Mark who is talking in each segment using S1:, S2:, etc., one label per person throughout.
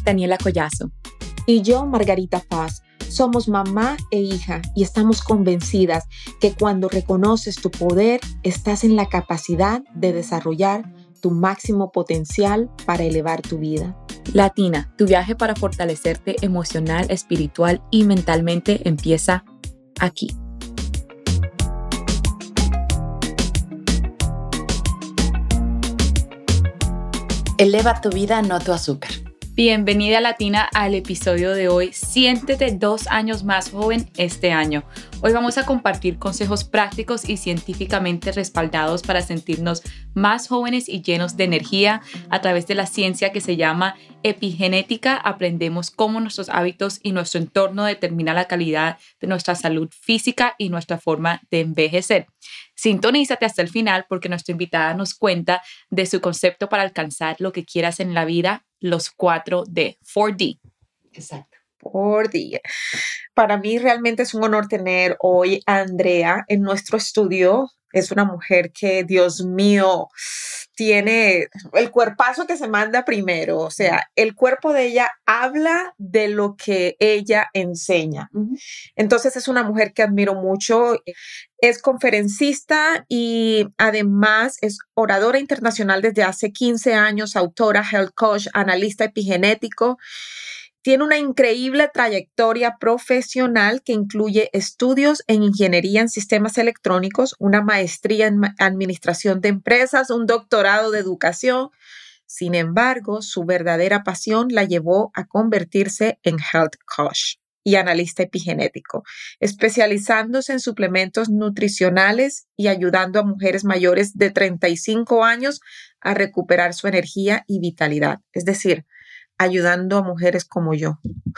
S1: Daniela Collazo.
S2: Y yo, Margarita Paz. Somos mamá e hija y estamos convencidas que cuando reconoces tu poder, estás en la capacidad de desarrollar tu máximo potencial para elevar tu vida.
S1: Latina, tu viaje para fortalecerte emocional, espiritual y mentalmente empieza aquí.
S3: Eleva tu vida, no tu azúcar.
S1: Bienvenida Latina al episodio de hoy. Siéntete 2 años más joven este año. Hoy vamos a compartir consejos prácticos y científicamente respaldados para sentirnos más jóvenes y llenos de energía. A través de la ciencia que se llama epigenética, aprendemos cómo nuestros hábitos y nuestro entorno determinan la calidad de nuestra salud física y nuestra forma de envejecer. Sintonízate hasta el final porque nuestra invitada nos cuenta de su concepto para alcanzar lo que quieras en la vida, los 4D, 4D.
S3: Exacto.
S2: 4D. Para mí realmente es un honor tener hoy a Andrea en nuestro estudio. Es una mujer que, Dios mío, tiene el cuerpazo que se manda primero. O sea, el cuerpo de ella habla de lo que ella enseña. Entonces es una mujer que admiro mucho. Es conferencista y además es oradora internacional desde hace 15 años, autora, health coach, analista epigenético. Tiene una increíble trayectoria profesional que incluye estudios en ingeniería en sistemas electrónicos, una maestría en administración de empresas, un doctorado de educación. Sin embargo, su verdadera pasión la llevó a convertirse en health coach y analista epigenético, especializándose en suplementos nutricionales y ayudando a mujeres mayores de 35 años a recuperar su energía y vitalidad. Es decir, ayudando a mujeres como yo.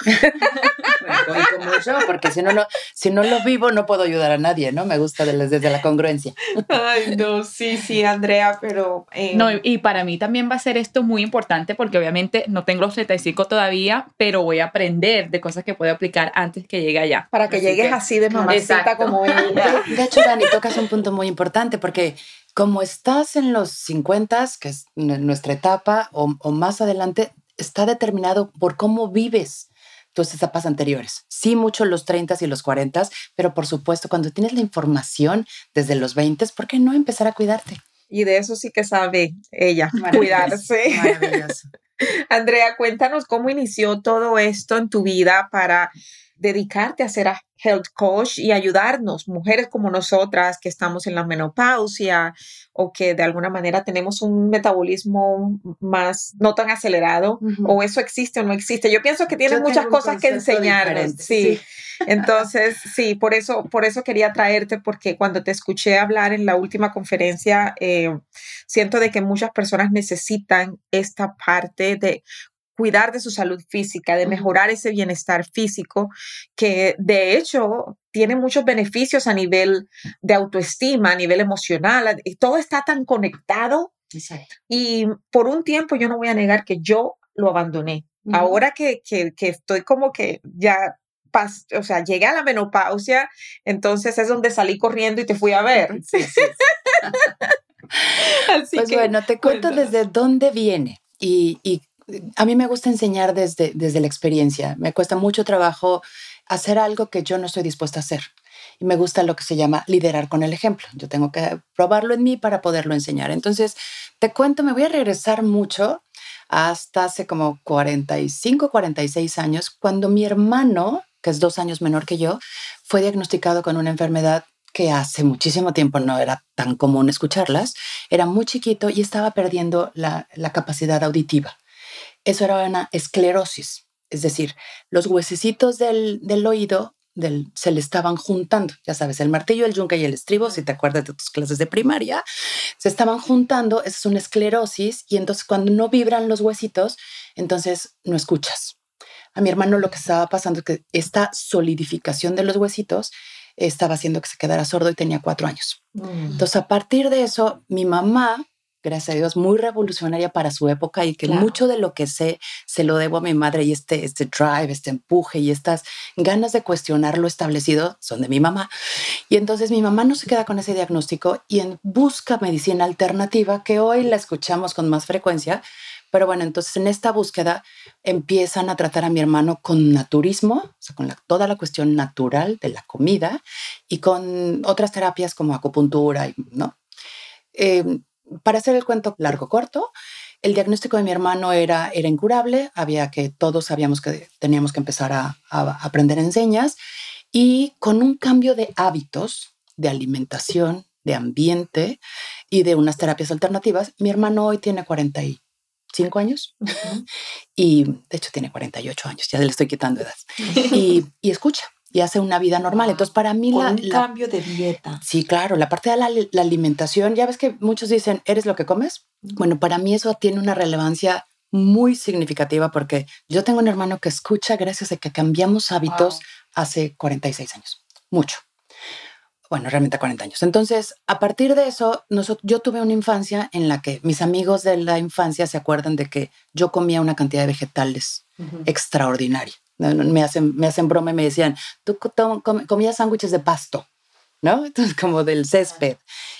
S3: Bueno, y como yo, porque si no lo vivo, no puedo ayudar a nadie, ¿no? Me gusta desde la congruencia.
S2: Ay, no, sí, Andrea, pero...
S1: No, y para mí también va a ser esto muy importante porque obviamente no tengo los 35 todavía, pero voy a aprender de cosas que puedo aplicar antes que llegue allá.
S2: Para que llegues así de mamacita. Exacto. Como ella.
S3: De hecho, Dani, tocas un punto muy importante porque como estás en los 50, que es nuestra etapa, o más adelante, está determinado por cómo vives tus etapas anteriores. Sí, mucho los 30 y los 40, pero por supuesto, cuando tienes la información desde los 20, ¿por qué no empezar a cuidarte?
S2: Y de eso sí que sabe ella, cuidarse.
S3: Maravilloso.
S2: Andrea, cuéntanos cómo inició todo esto en tu vida para dedicarte a ser health coach y ayudarnos, mujeres como nosotras que estamos en la menopausia o que de alguna manera tenemos un metabolismo más no tan acelerado, o eso existe o no existe. Yo pienso que tienes muchas cosas que enseñarnos. Sí. Entonces, sí, por eso quería traerte, porque cuando te escuché hablar en la última conferencia, siento de que muchas personas necesitan esta parte de cuidar de su salud física, de mejorar ese bienestar físico, que de hecho tiene muchos beneficios a nivel de autoestima, a nivel emocional, y todo está tan conectado.
S3: Exacto.
S2: Y por un tiempo yo no voy a negar que yo lo abandoné. Ahora que estoy como que ya, o sea, llegué a la menopausia, entonces es donde salí corriendo y te fui a ver.
S3: Sí. Así pues que, bueno, te cuento desde dónde viene y a mí me gusta enseñar desde la experiencia. Me cuesta mucho trabajo hacer algo que yo no estoy dispuesta a hacer. Y me gusta lo que se llama liderar con el ejemplo. Yo tengo que probarlo en mí para poderlo enseñar. Entonces, te cuento, me voy a regresar mucho hasta hace como 45, 46 años, cuando mi hermano, que es 2 años menor que yo, fue diagnosticado con una enfermedad que hace muchísimo tiempo no era tan común escucharlas. Era muy chiquito y estaba perdiendo la capacidad auditiva. Eso era una esclerosis, es decir, los huesecitos del oído se le estaban juntando, ya sabes, el martillo, el yunque y el estribo, si te acuerdas de tus clases de primaria, se estaban juntando, esa es una esclerosis, y entonces cuando no vibran los huesitos, entonces no escuchas. A mi hermano lo que estaba pasando es que esta solidificación de los huesitos estaba haciendo que se quedara sordo y tenía 4 años. Entonces, a partir de eso, mi mamá, gracias a Dios, muy revolucionaria para su época, y que mucho de lo que sé se lo debo a mi madre, y este drive, este empuje y estas ganas de cuestionar lo establecido son de mi mamá. Y entonces mi mamá no se queda con ese diagnóstico y busca medicina alternativa, que hoy la escuchamos con más frecuencia, Pero bueno, entonces en esta búsqueda empiezan a tratar a mi hermano con naturismo, o sea, con toda la cuestión natural de la comida y con otras terapias como acupuntura, ¿no? Para hacer el cuento largo corto, el diagnóstico de mi hermano era incurable, todos sabíamos que teníamos que empezar a aprender enseñas y con un cambio de hábitos, de alimentación, de ambiente y de unas terapias alternativas, mi hermano hoy tiene 45 años y de hecho tiene 48 años, ya le estoy quitando edad y escucha. Y hace una vida normal. Entonces, para mí
S2: un cambio de dieta.
S3: Sí, claro. La parte de la alimentación, ya ves que muchos dicen, ¿eres lo que comes? Bueno, para mí eso tiene una relevancia muy significativa porque yo tengo un hermano que escucha gracias a que cambiamos hábitos hace 46 años. Mucho. Bueno, realmente 40 años. Entonces, a partir de eso, yo tuve una infancia en la que mis amigos de la infancia se acuerdan de que yo comía una cantidad de vegetales extraordinaria. Me hacen broma y me decían, tú comías sándwiches de pasto, ¿no? Entonces, como del césped.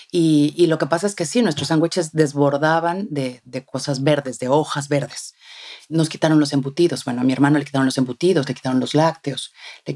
S3: Y lo que pasa es que sí, nuestros sándwiches desbordaban de cosas verdes, de hojas verdes. Nos quitaron los embutidos. Bueno, a mi hermano le quitaron los embutidos, le quitaron los lácteos,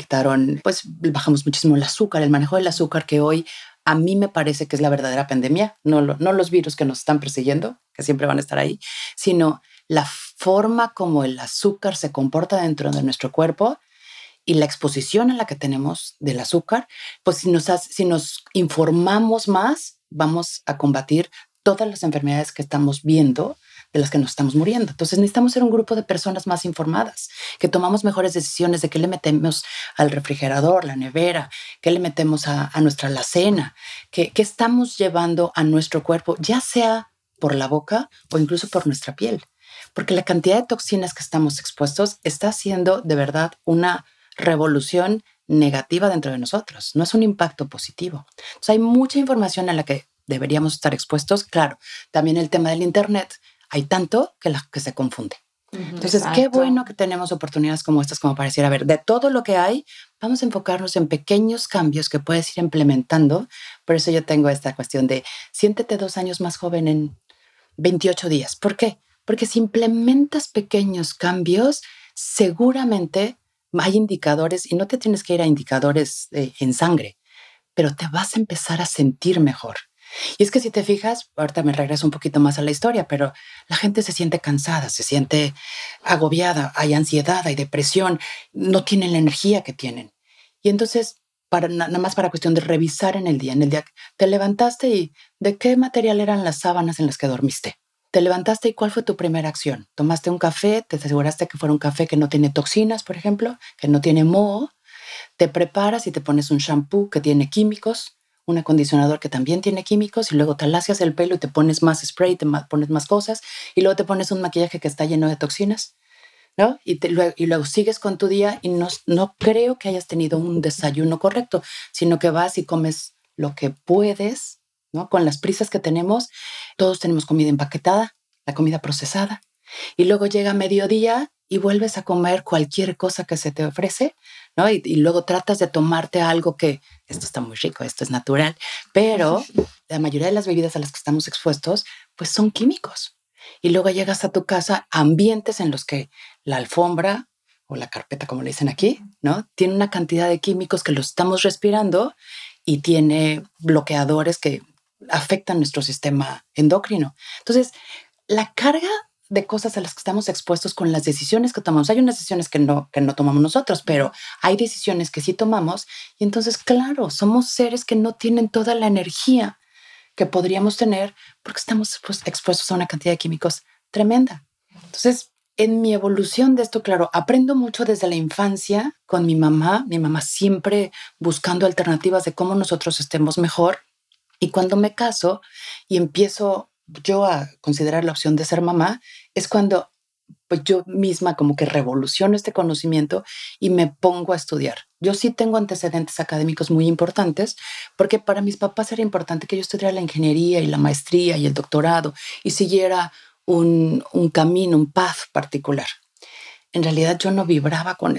S3: pues bajamos muchísimo el azúcar, el manejo del azúcar que hoy a mí me parece que es la verdadera pandemia, no los virus que nos están persiguiendo, que siempre van a estar ahí, sino la forma como el azúcar se comporta dentro de nuestro cuerpo y la exposición a la que tenemos del azúcar, pues si nos informamos más, vamos a combatir todas las enfermedades que estamos viendo, de las que nos estamos muriendo. Entonces necesitamos ser un grupo de personas más informadas, que tomamos mejores decisiones de qué le metemos al refrigerador, la nevera, qué le metemos a nuestra alacena, qué estamos llevando a nuestro cuerpo, ya sea por la boca o incluso por nuestra piel. Porque la cantidad de toxinas que estamos expuestos está haciendo de verdad una revolución negativa dentro de nosotros. No es un impacto positivo. Entonces hay mucha información a la que deberíamos estar expuestos. Claro, también el tema del internet. Hay tanto que se confunde. Entonces, exacto. Qué bueno que tenemos oportunidades como estas como para decir, a ver, de todo lo que hay, vamos a enfocarnos en pequeños cambios que puedes ir implementando. Por eso yo tengo esta cuestión de siéntete 2 años más joven en 28 días. ¿Por qué? Porque si implementas pequeños cambios, seguramente hay indicadores, y no te tienes que ir a indicadores en sangre, pero te vas a empezar a sentir mejor. Y es que si te fijas, ahorita me regreso un poquito más a la historia, pero la gente se siente cansada, se siente agobiada, hay ansiedad, hay depresión, no tienen la energía que tienen. Y entonces, nada más para cuestión de revisar en el día te levantaste y ¿de qué material eran las sábanas en las que dormiste? Te levantaste y ¿cuál fue tu primera acción? ¿Tomaste un café? ¿Te aseguraste que fuera un café que no tiene toxinas, por ejemplo, que no tiene moho? Te preparas y te pones un shampoo que tiene químicos, un acondicionador que también tiene químicos y luego te alacias el pelo y te pones más spray, pones más cosas y luego te pones un maquillaje que está lleno de toxinas, ¿no? Y luego sigues con tu día y no creo que hayas tenido un desayuno correcto, sino que vas y comes lo que puedes, ¿no? Con las prisas que tenemos, todos tenemos comida empaquetada, la comida procesada y luego llega mediodía y vuelves a comer cualquier cosa que se te ofrece, ¿no? Y luego tratas de tomarte algo que, esto está muy rico, esto es natural, pero la mayoría de las bebidas a las que estamos expuestos, pues son químicos. Y luego llegas a tu casa, ambientes en los que la alfombra o la carpeta, como le dicen aquí, ¿no? Tiene una cantidad de químicos que los estamos respirando y tiene bloqueadores que afectan nuestro sistema endocrino. Entonces, la carga de cosas a las que estamos expuestos con las decisiones que tomamos. Hay unas decisiones que no tomamos nosotros, pero hay decisiones que sí tomamos y entonces, claro, somos seres que no tienen toda la energía que podríamos tener porque estamos expuestos a una cantidad de químicos tremenda. Entonces, en mi evolución de esto, claro, aprendo mucho desde la infancia con mi mamá siempre buscando alternativas de cómo nosotros estemos mejor. Y cuando me caso y empiezo yo a considerar la opción de ser mamá, es cuando pues yo misma como que revoluciono este conocimiento y me pongo a estudiar. Yo sí tengo antecedentes académicos muy importantes porque para mis papás era importante que yo estudiara la ingeniería y la maestría y el doctorado y siguiera un camino, un path particular. En realidad yo no vibraba con eso.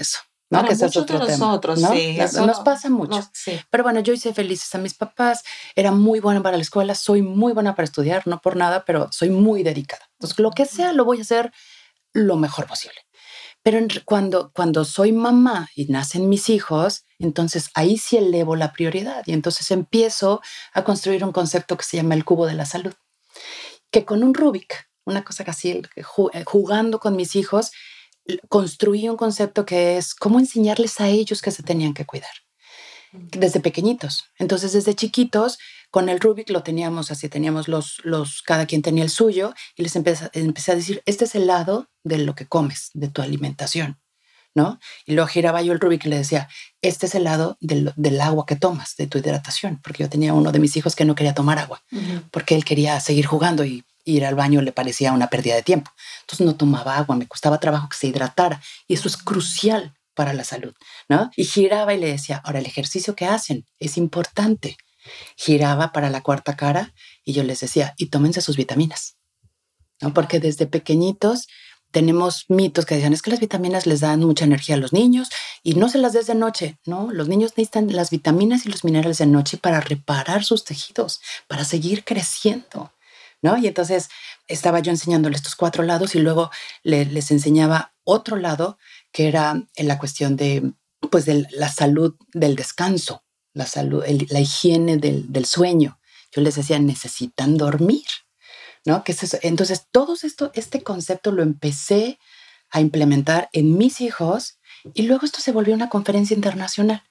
S3: ¿no?
S2: Para
S3: Que ese es
S2: muchos de
S3: otro tema,
S2: nosotros,
S3: ¿no?
S2: sí.
S3: Nos pasa mucho.
S2: No, sí.
S3: Pero bueno, yo hice felices a mis papás, era muy buena para la escuela, soy muy buena para estudiar, no por nada, pero soy muy dedicada. Entonces, lo que sea, lo voy a hacer lo mejor posible. Pero cuando soy mamá y nacen mis hijos, entonces ahí sí elevo la prioridad y entonces empiezo a construir un concepto que se llama el cubo de la salud, que con un Rubik, una cosa que así, jugando con mis hijos, construí un concepto que es cómo enseñarles a ellos que se tenían que cuidar desde pequeñitos. Entonces, desde chiquitos, con el Rubik lo teníamos así, teníamos cada quien tenía el suyo y les empecé a decir, este es el lado de lo que comes, de tu alimentación, ¿no? Y luego giraba yo el Rubik y le decía, este es el lado del agua que tomas, de tu hidratación, porque yo tenía uno de mis hijos que no quería tomar agua, porque él quería seguir jugando y ir al baño le parecía una pérdida de tiempo. Entonces no tomaba agua, me costaba trabajo que se hidratara y eso es crucial para la salud, ¿no? Y giraba y le decía, ahora el ejercicio que hacen es importante. Giraba para la cuarta cara y yo les decía, y tómense sus vitaminas, ¿no? Porque desde pequeñitos tenemos mitos que decían, es que las vitaminas les dan mucha energía a los niños y no se las des de noche, ¿no? Los niños necesitan las vitaminas y los minerales de noche para reparar sus tejidos, para seguir creciendo, ¿no? Y entonces estaba yo enseñándoles estos 4 lados y luego les enseñaba otro lado que era en la cuestión de la salud del descanso, la salud, la higiene del sueño. Yo les decía, necesitan dormir, ¿no? ¿Qué es eso? Entonces, este concepto lo empecé a implementar en mis hijos y luego esto se volvió una conferencia internacional.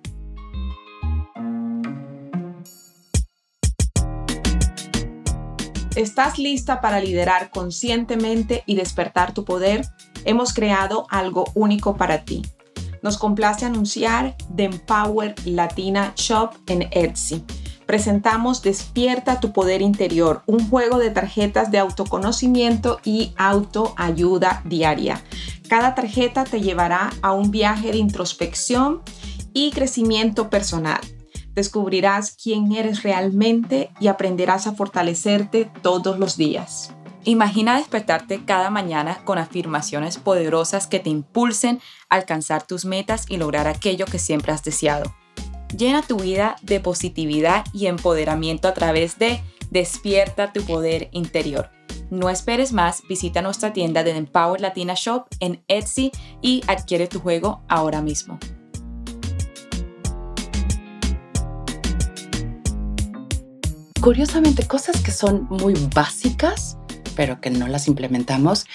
S2: ¿Estás lista para liderar conscientemente y despertar tu poder? Hemos creado algo único para ti. Nos complace anunciar The Empower Latina Shop en Etsy. Presentamos Despierta tu Poder Interior, un juego de tarjetas de autoconocimiento y autoayuda diaria. Cada tarjeta te llevará a un viaje de introspección y crecimiento personal. Descubrirás quién eres realmente y aprenderás a fortalecerte todos los días.
S1: Imagina despertarte cada mañana con afirmaciones poderosas que te impulsen a alcanzar tus metas y lograr aquello que siempre has deseado. Llena tu vida de positividad y empoderamiento a través de Despierta tu Poder Interior. No esperes más, visita nuestra tienda de Empower Latina Shop en Etsy y adquiere tu juego ahora mismo.
S3: Curiosamente, cosas que son muy básicas, pero que no las implementamos,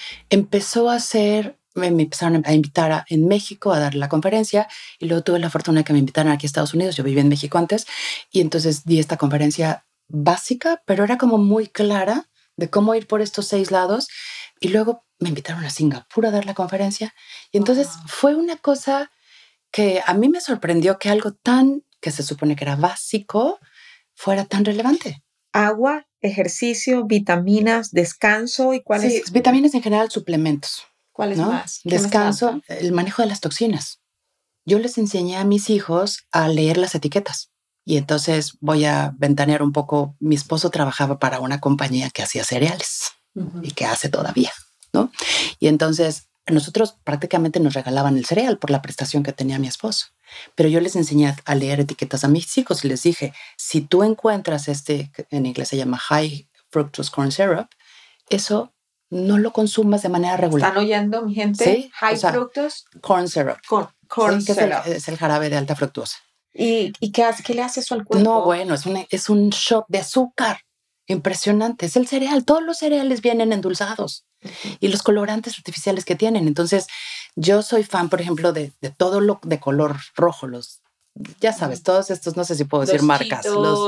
S3: me empezaron a invitar en México a dar la conferencia y luego tuve la fortuna de que me invitaran aquí a Estados Unidos. Yo viví en México antes y entonces di esta conferencia básica, pero era como muy clara de cómo ir por estos 6 lados y luego me invitaron a Singapur a dar la conferencia y entonces fue una cosa que a mí me sorprendió que algo tan que se supone que era básico fuera tan relevante.
S2: Agua, ejercicio, vitaminas, descanso y cuáles.
S3: Sí, vitaminas en general, suplementos.
S2: ¿Cuáles
S3: ¿no?
S2: más?
S3: Descanso, el manejo de las toxinas. Yo les enseñé a mis hijos a leer las etiquetas. Y entonces voy a ventanear un poco. Mi esposo trabajaba para una compañía que hacía cereales y que hace todavía, ¿no? Y entonces nosotros prácticamente nos regalaban el cereal por la prestación que tenía mi esposo. Pero yo les enseñé a leer etiquetas a mis hijos y les dije, si tú encuentras en inglés se llama High Fructose Corn Syrup, eso no lo consumas de manera regular.
S2: ¿Están oyendo, mi gente?
S3: Sí,
S2: High Fructose
S3: Corn Syrup.
S2: Corn
S3: sí,
S2: syrup.
S3: Es el jarabe de alta fructuosa.
S2: ¿Y qué le hace eso al cuerpo?
S3: No, bueno, es un shot de azúcar. Impresionante. Es el cereal. Todos los cereales vienen endulzados y los colorantes artificiales que tienen. Entonces, yo soy fan, por ejemplo, de todo lo de color rojo. Ya sabes, todos estos, no sé si puedo decir marcas.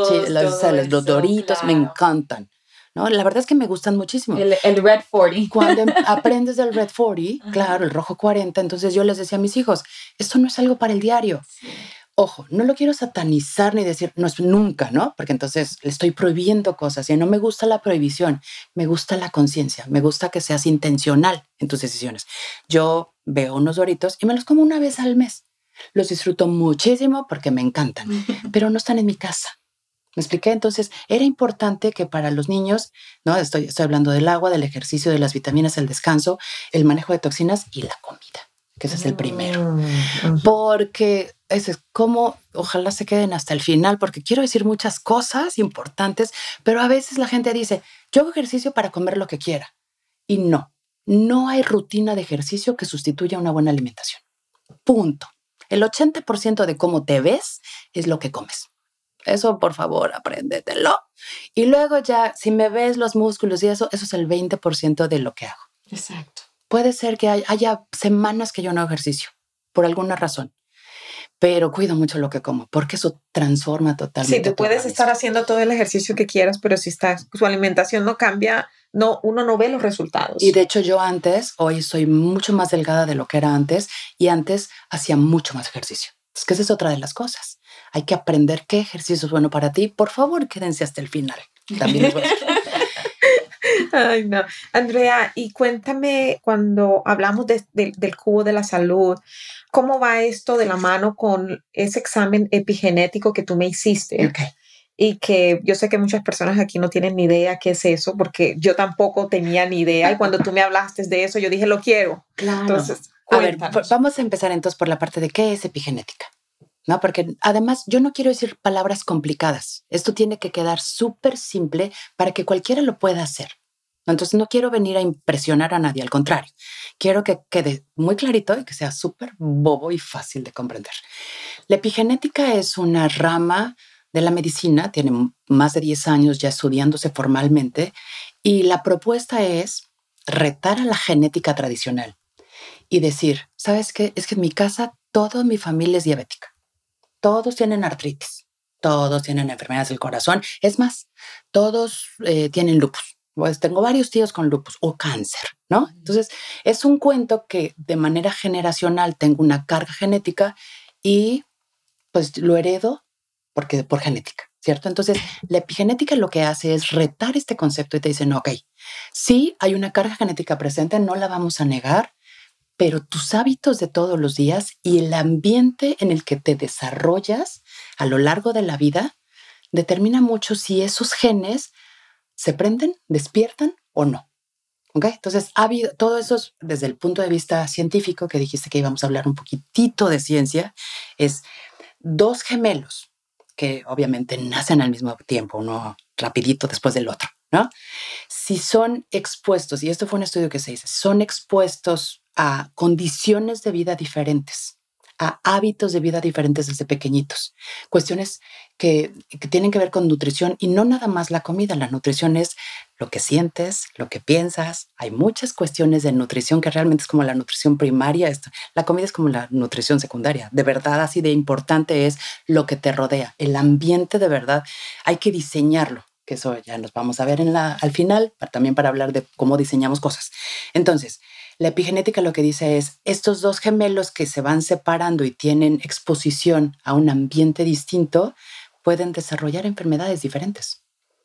S3: Los Doritos, claro. Me encantan. ¿No? La verdad es que me gustan muchísimo.
S1: El Red 40.
S3: Cuando aprendes del Red 40, claro, el rojo 40, entonces yo les decía a mis hijos, esto no es algo para el diario. Sí. Ojo, no lo quiero satanizar ni decir, no es nunca, ¿no? Porque entonces le estoy prohibiendo cosas y no me gusta la prohibición, me gusta la conciencia, me gusta que seas intencional en tus decisiones. Yo veo unos Doritos y me los como una vez al mes. Los disfruto muchísimo porque me encantan, pero no están en mi casa. ¿Me expliqué? Entonces, era importante que para los niños, ¿no? Estoy hablando del agua, del ejercicio, de las vitaminas, el descanso, el manejo de toxinas y la comida. que ese es el primero. Porque ese es como, ojalá se queden hasta el final, porque quiero decir muchas cosas importantes, pero a veces la gente dice, yo hago ejercicio para comer lo que quiera. Y no hay rutina de ejercicio que sustituya una buena alimentación. Punto. El 80% de cómo te ves es lo que comes. Eso, por favor, apréndetelo. Y luego ya, si me ves los músculos y eso es el 20% de lo que hago.
S2: Exacto.
S3: Puede ser que haya semanas que yo no hago ejercicio, por alguna razón, pero cuido mucho lo que como, porque eso transforma totalmente.
S2: Sí, tú puedes estar haciendo todo el ejercicio que quieras, pero si su alimentación no cambia, uno no ve los resultados.
S3: Y de hecho yo hoy soy mucho más delgada de lo que era antes, y antes hacía mucho más ejercicio. Es que esa es otra de las cosas. Hay que aprender qué ejercicio es bueno para ti. Por favor, quédense hasta el final. También les voy a decir.
S2: Ay, no. Andrea, y cuéntame, cuando hablamos del cubo de la salud, ¿cómo va esto de la mano con ese examen epigenético que tú me hiciste?
S3: Okay.
S2: Y que yo sé que muchas personas aquí no tienen ni idea qué es eso, porque yo tampoco tenía ni idea. Y cuando tú me hablaste de eso, yo dije, lo quiero.
S3: Claro.
S2: Entonces,
S3: cuéntanos. A ver, vamos a empezar entonces por la parte de qué es epigenética. ¿No? Porque además yo no quiero decir palabras complicadas. Esto tiene que quedar súper simple para que cualquiera lo pueda hacer. Entonces no quiero venir a impresionar a nadie, al contrario. Quiero que quede muy clarito y que sea súper bobo y fácil de comprender. La epigenética es una rama de la medicina, tiene más de 10 años ya estudiándose formalmente, y la propuesta es retar a la genética tradicional y decir, ¿sabes qué? Es que en mi casa toda mi familia es diabética. Todos tienen artritis, todos tienen enfermedades del corazón. Es más, todos tienen lupus. Pues tengo varios tíos con lupus o cáncer, ¿no? Entonces, es un cuento que de manera generacional tengo una carga genética y pues lo heredo por genética, ¿cierto? Entonces, la epigenética lo que hace es retar este concepto y te dice, no, ok, sí hay una carga genética presente, no la vamos a negar, pero tus hábitos de todos los días y el ambiente en el que te desarrollas a lo largo de la vida determina mucho si esos genes se prenden, despiertan o no. ¿Okay? Entonces, ha habido todo eso desde el punto de vista científico, que dijiste que íbamos a hablar un poquitito de ciencia, es 2 gemelos que obviamente nacen al mismo tiempo, uno rapidito después del otro, ¿no? Si son expuestos, y esto fue un estudio que se hizo, son expuestos a condiciones de vida diferentes, a hábitos de vida diferentes desde pequeñitos, cuestiones que tienen que ver con nutrición y no nada más la comida. La nutrición es lo que sientes, lo que piensas. Hay muchas cuestiones de nutrición que realmente es como la nutrición primaria. La comida es como la nutrición secundaria. De verdad, así de importante es lo que te rodea. El ambiente de verdad hay que diseñarlo, que eso ya nos vamos a ver al final, también para hablar de cómo diseñamos cosas. Entonces, la epigenética lo que dice es, estos 2 gemelos que se van separando y tienen exposición a un ambiente distinto, pueden desarrollar enfermedades diferentes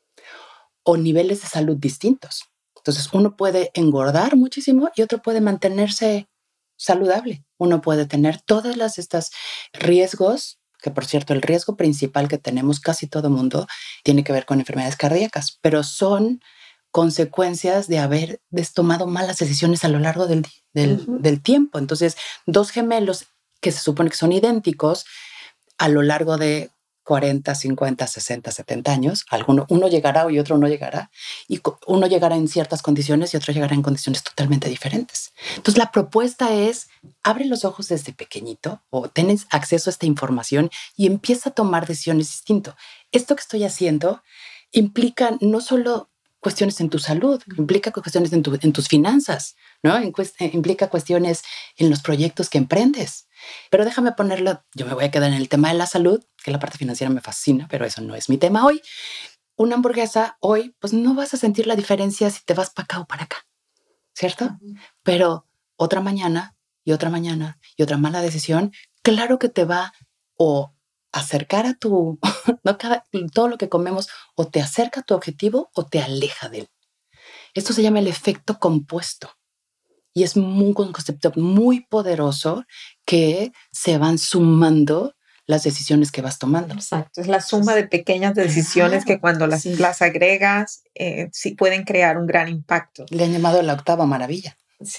S3: o niveles de salud distintos. Entonces, uno puede engordar muchísimo y otro puede mantenerse saludable. Uno puede tener todas estos riesgos, que por cierto, el riesgo principal que tenemos casi todo mundo tiene que ver con enfermedades cardíacas, pero son consecuencias de haber tomado malas decisiones a lo largo del tiempo. Entonces, 2 gemelos que se supone que son idénticos a lo largo de 40, 50, 60, 70 años, uno llegará y otro no llegará, y uno llegará en ciertas condiciones y otro llegará en condiciones totalmente diferentes. Entonces, la propuesta es, abre los ojos desde pequeñito o tienes acceso a esta información y empieza a tomar decisiones distintas. Esto que estoy haciendo implica no solo cuestiones en tu salud, implica cuestiones en tus finanzas, ¿no? Implica cuestiones en los proyectos que emprendes. Pero déjame ponerlo, yo me voy a quedar en el tema de la salud, que la parte financiera me fascina, pero eso no es mi tema hoy. Una hamburguesa hoy, pues no vas a sentir la diferencia si te vas para acá o para acá, ¿cierto? Pero otra mañana y otra mañana y otra mala decisión, claro que te va o acercar a tu, no todo lo que comemos o te acerca a tu objetivo o te aleja de él. Esto se llama el efecto compuesto y es un concepto muy poderoso que se van sumando las decisiones que vas tomando.
S2: Exacto, es la suma de pequeñas decisiones que cuando las agregas sí pueden crear un gran impacto.
S3: Le han llamado la octava maravilla,
S2: sí.
S3: ¿no?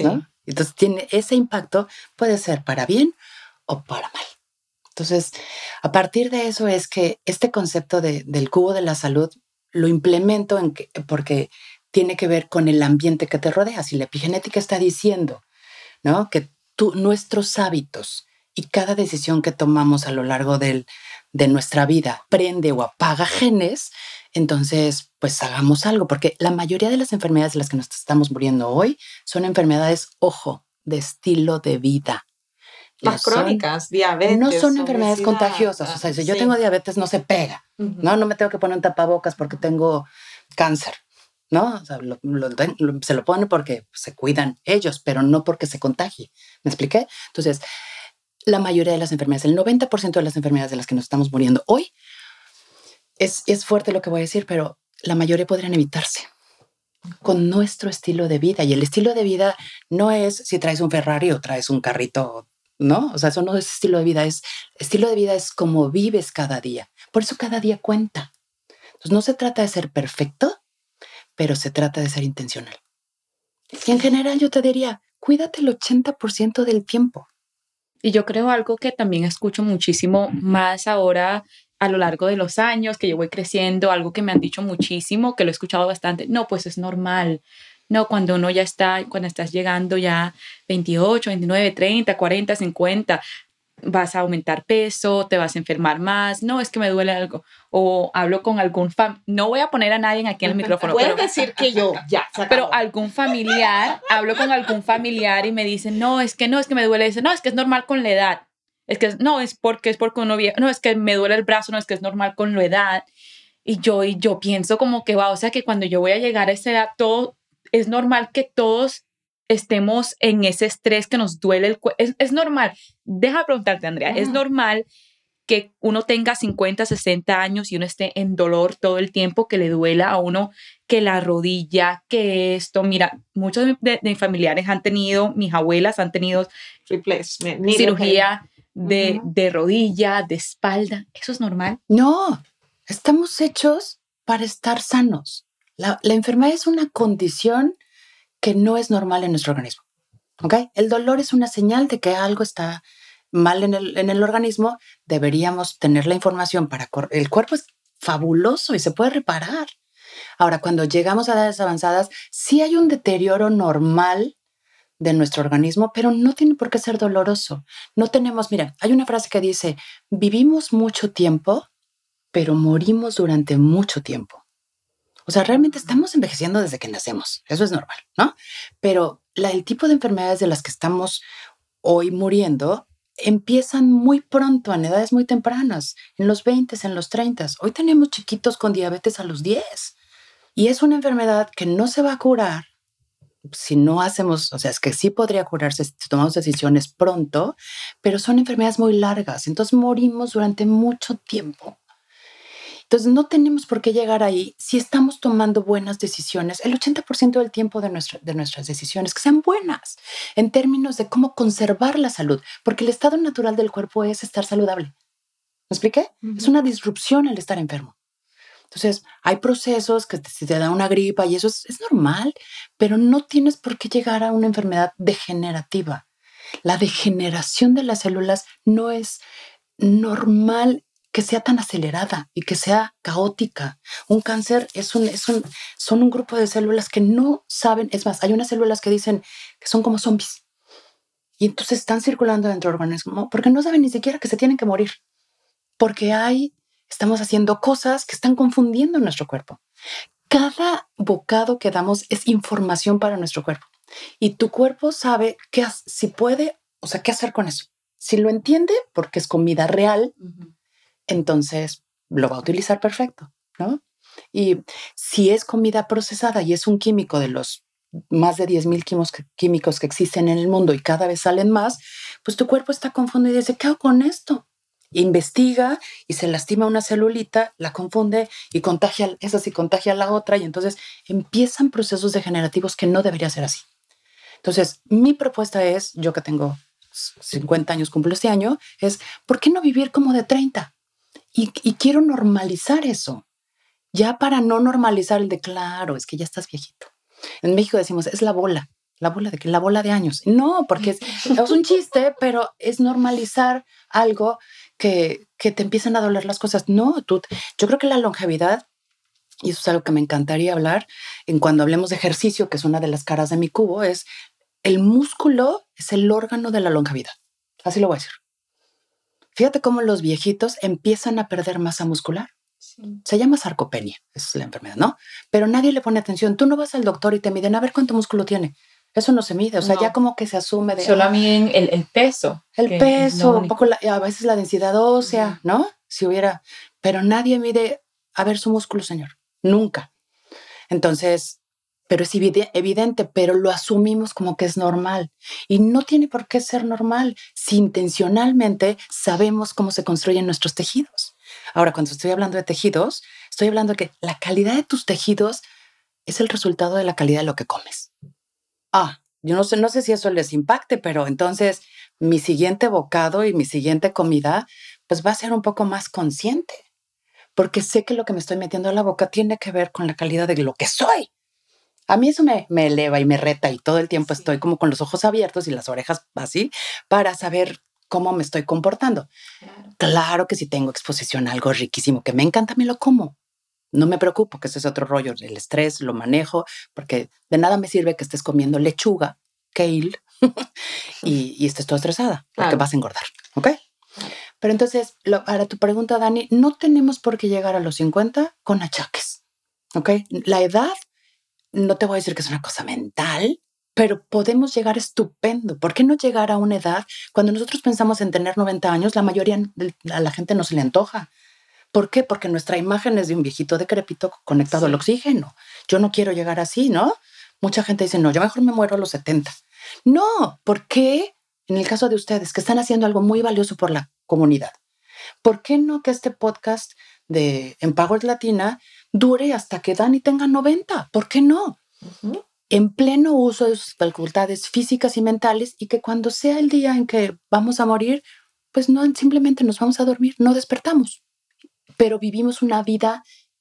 S3: Entonces tiene ese impacto, puede ser para bien o para mal. Entonces, a partir de eso es que este concepto del cubo de la salud lo implemento porque tiene que ver con el ambiente que te rodea. Si la epigenética está diciendo, ¿no?, que nuestros hábitos y cada decisión que tomamos a lo largo de nuestra vida prende o apaga genes, entonces pues hagamos algo, porque la mayoría de las enfermedades de las que nos estamos muriendo hoy son enfermedades, ojo, de estilo de vida.
S2: Las crónicas, diabetes.
S3: No son enfermedades
S2: obesidad,
S3: contagiosas. O sea, si yo tengo diabetes, no se pega. No me tengo que poner un tapabocas porque tengo cáncer, ¿no? O sea, se lo pone porque se cuidan ellos, pero no porque se contagie. ¿Me expliqué? Entonces, la mayoría de las enfermedades, el 90% de las enfermedades de las que nos estamos muriendo hoy, es fuerte lo que voy a decir, pero la mayoría podrían evitarse con nuestro estilo de vida. Y el estilo de vida no es si traes un Ferrari o traes un carrito, ¿no? O sea, eso no es estilo de vida. Estilo de vida es cómo vives cada día. Por eso cada día cuenta. Entonces no se trata de ser perfecto, pero se trata de ser intencional. Y en general yo te diría, cuídate el 80% del tiempo.
S1: Y yo creo algo que también escucho muchísimo más ahora a lo largo de los años, que yo voy creciendo, algo que me han dicho muchísimo, que lo he escuchado bastante, no, pues es normal. No, cuando uno ya está, cuando estás llegando ya 28, 29, 30, 40, 50, vas a aumentar peso, te vas a enfermar más, no, es que me duele algo, o hablo con algún no voy a poner a nadie aquí en el micrófono.
S2: Puedes decir que yo, ya,
S1: pero algún familiar, hablo con algún familiar y me dicen, no, es que me duele, dice, no, es que es normal con la edad, es que no, es porque uno viejo, no, es que me duele el brazo, no, es que es normal con la edad, y yo pienso como que va, o sea que cuando yo voy a llegar a esa edad, todo, es normal que todos estemos en ese estrés que nos duele el cuerpo. Es normal. Deja de preguntarte, Andrea, ¿es normal que uno tenga 50, 60 años y uno esté en dolor todo el tiempo, que le duela a uno, que la rodilla, que esto? Mira, muchos de mis familiares han tenido, mis abuelas han tenido cirugía de rodilla, de espalda. ¿Eso es normal?
S3: No, estamos hechos para estar sanos. La enfermedad es una condición que no es normal en nuestro organismo. ¿Ok? El dolor es una señal de que algo está mal en el organismo. Deberíamos tener la información para... El cuerpo es fabuloso y se puede reparar. Ahora, cuando llegamos a edades avanzadas, sí hay un deterioro normal de nuestro organismo, pero no tiene por qué ser doloroso. No tenemos... Mira, hay una frase que dice, vivimos mucho tiempo, pero morimos durante mucho tiempo. O sea, realmente estamos envejeciendo desde que nacemos. Eso es normal, ¿no? Pero el tipo de enfermedades de las que estamos hoy muriendo empiezan muy pronto, en edades muy tempranas, en los 20, en los 30. Hoy tenemos chiquitos con diabetes a los 10. Y es una enfermedad que no se va a curar si no hacemos, o sea, es que sí podría curarse si tomamos decisiones pronto, pero son enfermedades muy largas. Entonces morimos durante mucho tiempo. Entonces, no tenemos por qué llegar ahí si estamos tomando buenas decisiones, el 80% del tiempo de nuestras decisiones, que sean buenas en términos de cómo conservar la salud, porque el estado natural del cuerpo es estar saludable. ¿Me expliqué? Es una disrupción el estar enfermo. Entonces, hay procesos que te da una gripa y eso es normal, pero no tienes por qué llegar a una enfermedad degenerativa. La degeneración de las células no es normal que sea tan acelerada y que sea caótica. Un cáncer son un grupo de células que no saben, es más, hay unas células que dicen que son como zombies y entonces están circulando dentro del organismo porque no saben ni siquiera que se tienen que morir, porque estamos haciendo cosas que están confundiendo nuestro cuerpo. Cada bocado que damos es información para nuestro cuerpo y tu cuerpo sabe si puede, o sea, qué hacer con eso. Si lo entiende, porque es comida real, entonces lo va a utilizar perfecto, ¿no? Y si es comida procesada y es un químico de los más de 10,000 químicos que existen en el mundo y cada vez salen más, pues tu cuerpo está confundido y dice, ¿qué hago con esto? Investiga y se lastima una celulita, la confunde y contagia a la otra y entonces empiezan procesos degenerativos que no debería ser así. Entonces, mi propuesta es, yo que tengo 50 años, cumplo este año, es ¿por qué no vivir como de 30? Y quiero normalizar eso, ya para no normalizar el de, claro, es que ya estás viejito. En México decimos, es la bola. ¿La bola de qué? La bola de años. No, porque es un chiste, pero es normalizar algo que te empiezan a doler las cosas. No, yo creo que la longevidad, y eso es algo que me encantaría hablar en cuando hablemos de ejercicio, que es una de las caras de mi cubo, es el músculo es el órgano de la longevidad. Así lo voy a decir. Fíjate cómo los viejitos empiezan a perder masa muscular. Sí. Se llama sarcopenia, esa es la enfermedad, ¿no? Pero nadie le pone atención. Tú no vas al doctor y te miden a ver cuánto músculo tiene. Eso no se mide, o sea, ya como que se asume de...
S1: Solo miden el peso.
S3: El peso, un poco a veces la densidad ósea, ¿no? Si hubiera... Pero nadie mide a ver su músculo, señor. Nunca. Entonces, pero es evidente, pero lo asumimos como que es normal. Y no tiene por qué ser normal si intencionalmente sabemos cómo se construyen nuestros tejidos. Ahora, cuando estoy hablando de tejidos, estoy hablando de que la calidad de tus tejidos es el resultado de la calidad de lo que comes. Yo no sé si eso les impacte, pero entonces mi siguiente bocado y mi siguiente comida, pues va a ser un poco más consciente, porque sé que lo que me estoy metiendo a la boca tiene que ver con la calidad de lo que soy. A mí eso me eleva y me reta y todo el tiempo estoy como con los ojos abiertos y las orejas así para saber cómo me estoy comportando. Claro que si tengo exposición a algo riquísimo que me encanta, me lo como. No me preocupo, que ese es otro rollo. El estrés lo manejo, porque de nada me sirve que estés comiendo lechuga, kale, y estés toda estresada, porque vas a engordar, ¿ok? Pero entonces, para tu pregunta, Dani, no tenemos por qué llegar a los 50 con achaques, ¿ok? La edad, no te voy a decir que es una cosa mental, pero podemos llegar estupendo. ¿Por qué no llegar a una edad? Cuando nosotros pensamos en tener 90 años, la mayoría a la gente no se le antoja. ¿Por qué? Porque nuestra imagen es de un viejito decrépito conectado al oxígeno. Yo no quiero llegar así, ¿no? Mucha gente dice, no, yo mejor me muero a los 70. No, ¿por qué? En el caso de ustedes, que están haciendo algo muy valioso por la comunidad, ¿por qué no que este podcast de Empower Latina dure hasta que Dani tenga 90? ¿Por qué no? Uh-huh. En pleno uso de sus facultades físicas y mentales, y que cuando sea el día en que vamos a morir, pues no, simplemente nos vamos a dormir, no despertamos. Pero vivimos una vida